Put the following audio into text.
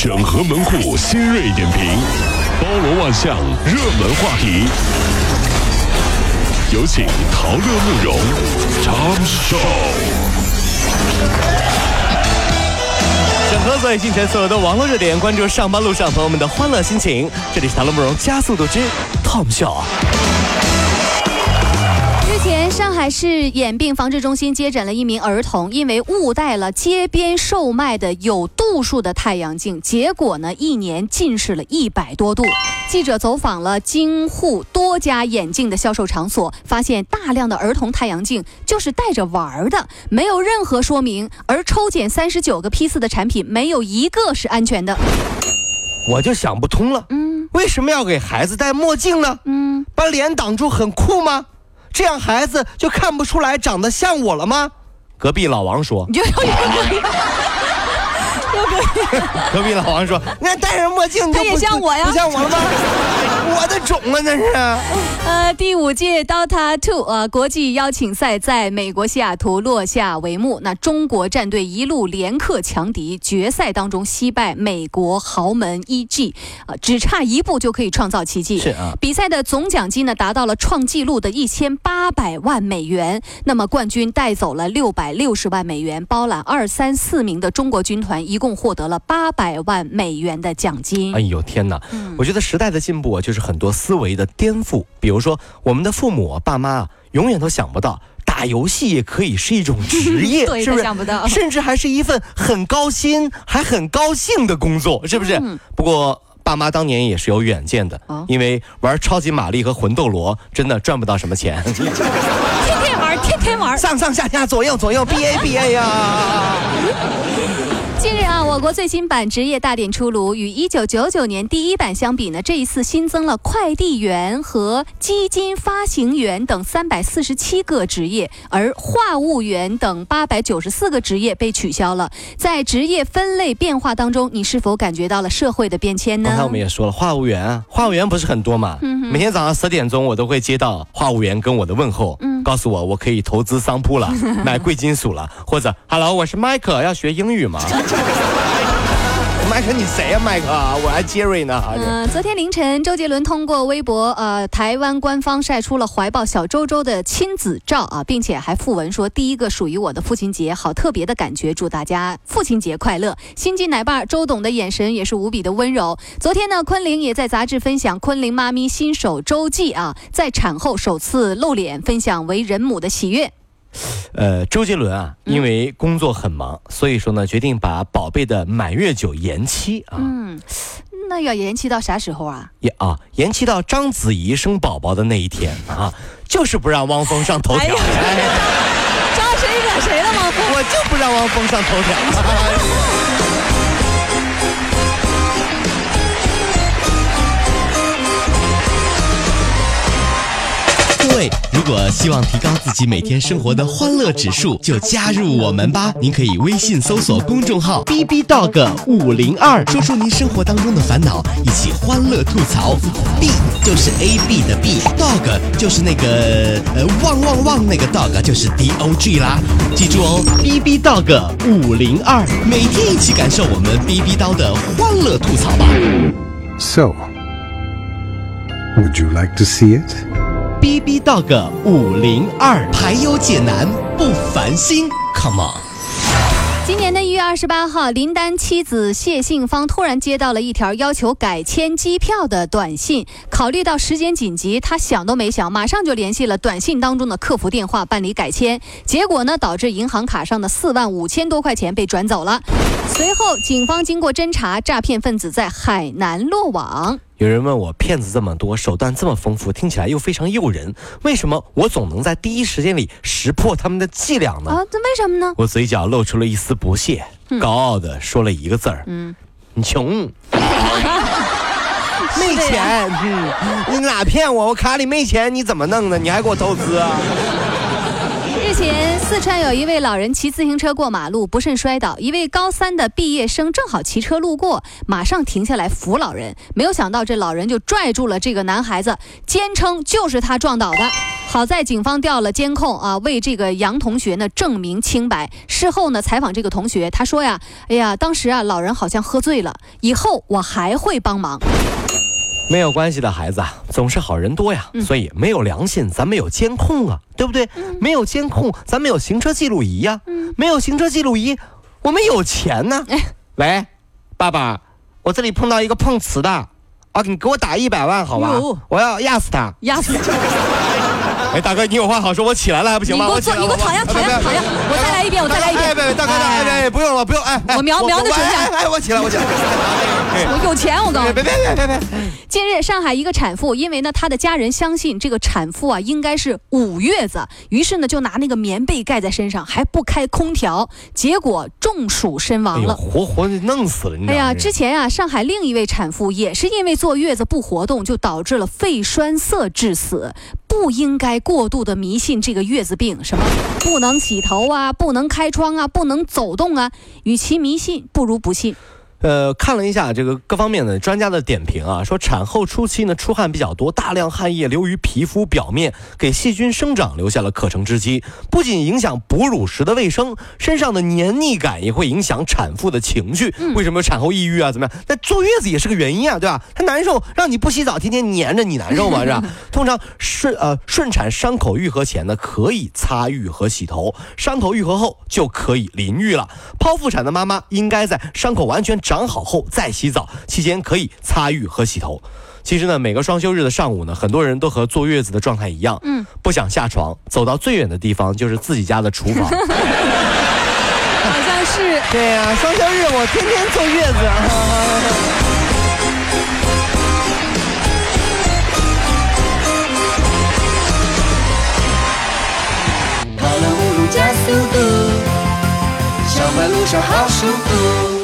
整合门户新锐点评，包罗万象，热门话题。有请陶乐慕容 Tom Show。 整合最新城所有的网络热点，关注上班路上朋友们的欢乐心情。这里是陶乐慕容加速度之 Tom Show。 日前，上海市眼病防治中心接诊了一名儿童，因为误戴了街边售卖的有度数的太阳镜，结果呢，一年近视了100多度。记者走访了京沪多家眼镜的销售场所，发现大量的儿童太阳镜就是戴着玩的，没有任何说明，而抽检39个批次的产品，没有一个是安全的。 我就想不通了，为什么要给孩子戴墨镜呢？把脸挡住很酷吗？这样孩子就看不出来长得像我了吗？隔壁老王说。隔壁老王说：“你看戴上墨镜， 他也像我呀， 不像我了吗？我的种啊，那是。” 第5届 Dota 2国际邀请赛在美国西雅图落下帷幕。那中国战队一路连克强敌，决赛当中惜败美国豪门 EG，只差1步就可以创造奇迹。 是啊， 比赛的总奖金呢达到了创纪录的1800万美元。那么冠军带走了660万美元，包揽2、3、4名的中国军团，一共获得了800万美元的奖金。 哎呦天哪！我觉得时代的进步就是很多思维的颠覆。比如说，我们的父母爸妈永远都想不到，打游戏也可以是一种职业， 对， 是不是？ 想不到， 甚至还是一份很高薪还很高兴的工作，是不是？不过爸妈当年也是有远见的，因为玩超级玛丽和魂斗罗真的赚不到什么钱。 天天玩， 上上下下左右BA 呀。 近日我国最新版职业大典出炉，与1999年第1版相比呢，这一次新增了快递员和基金发行员等347个职业，而话务员等894个职业被取消了。在职业分类变化当中，你是否感觉到了社会的变迁呢？ 刚才我们也说了，话务员不是很多嘛，每天早上10点钟我都会接到话务员跟我的问候，告诉我可以投资商铺了，买贵金属了，或者 Hello， 我是麦克，要学英语吗？麦克，你谁呀？麦克，我还杰瑞呢。 昨天凌晨，周杰伦通过微博，台湾官方晒出了怀抱小周周的亲子照并且还附文说：“第一个属于我的父亲节，好特别的感觉，祝大家父亲节快乐。”新晋奶爸周董的眼神也是无比的温柔。昨天呢，昆凌也在杂志分享昆凌妈咪新手周记在产后首次露脸，分享为人母的喜悦。 周杰伦因为工作很忙，所以说呢，决定把宝贝的满月酒延期那要延期到啥时候啊？ 延期到章子怡生宝宝的那一天就是不让汪峰上头条。 招谁惹谁了，汪峰？ 我就不让汪峰上头条。 各位，如果希望提高自己每天生活的欢乐指数，就加入我们吧。您可以微信搜索公众号 BBDog502，说出您生活当中的烦恼，一起欢乐吐槽。B 就是 AB 的 B，Dog 就是那个旺那个 Dog 就是 DOG 啦。记住哦 ，BBDog502，每天一起感受我们 BB 刀的欢乐吐槽吧。 So, would you like to see it?BBDog502，排忧解难不烦心 ，Come on！ 今年的1月28号，林丹妻子谢杏芳突然接到了一条要求改签机票的短信，考虑到时间紧急，他想都没想，马上就联系了短信当中的客服电话办理改签，结果呢，导致银行卡上的45000多块钱被转走了。随后，警方经过侦查，诈骗分子在海南落网。 有人问我，骗子这么多，手段这么丰富，听起来又非常诱人，为什么我总能在第一时间里识破他们的伎俩呢？ 这为什么呢？ 我嘴角露出了一丝不屑，高傲的说了一个字儿：你穷。没钱，你哪骗我？我卡里没钱，你怎么弄的？你还给我投资啊？ 日前，四川有一位老人骑自行车过马路，不慎摔倒。一位高3的毕业生正好骑车路过，马上停下来扶老人。没有想到，这老人就拽住了这个男孩子，坚称就是他撞倒的。好在警方调了监控啊，为这个杨同学呢证明清白。事后呢，采访这个同学，他说呀，哎呀，当时啊，老人好像喝醉了，以后我还会帮忙。 没有关系的孩子啊，总是好人多呀，所以没有良心，咱们有监控啊，对不对？没有监控，咱们有行车记录仪呀，没有行车记录仪，我们有钱呢。喂，爸爸，我这里碰到一个碰瓷的，啊，你给我打100万好吧？我要压死他， 压死他。 哎，大哥，你有话好说，我起来了还不行吗？ 你给我躺下，我再来一遍，我再来一遍。 大哥，不用了，不用， 我瞄得准下。 哎，我起来。 我有钱，我告诉你。 别。 近日，上海一个产妇因为呢，她的家人相信这个产妇啊应该是5月子，于是呢就拿那个棉被盖在身上，还不开空调，结果中暑身亡了， 活弄死了你。 哎呀，之前啊，上海另一位产妇也是因为坐月子不活动，就导致了肺栓塞致死。不应该过度的迷信这个月子病，什么不能洗头啊，不能开窗啊，不能走动啊，与其迷信，不如不信。 看了一下这个各方面的专家的点评啊，说产后初期呢出汗比较多，大量汗液流于皮肤表面，给细菌生长留下了可乘之机，不仅影响哺乳时的卫生，身上的黏腻感也会影响产妇的情绪。为什么产后抑郁啊？怎么样？那坐月子也是个原因啊，对吧？它难受，让你不洗澡，天天黏着你难受吗？是吧？通常顺产伤口愈合前呢，可以擦浴和洗头；伤口愈合后就可以淋浴了。剖腹产的妈妈应该在伤口完全长好后再洗澡，期间可以擦浴和洗头。其实呢，每个双休日的上午呢，很多人都和坐月子的状态一样，不想下床，走到最远的地方就是自己家的厨房。好像是。 对呀，双休日我天天坐月子。 跑了5路加速度，上班路上好舒服。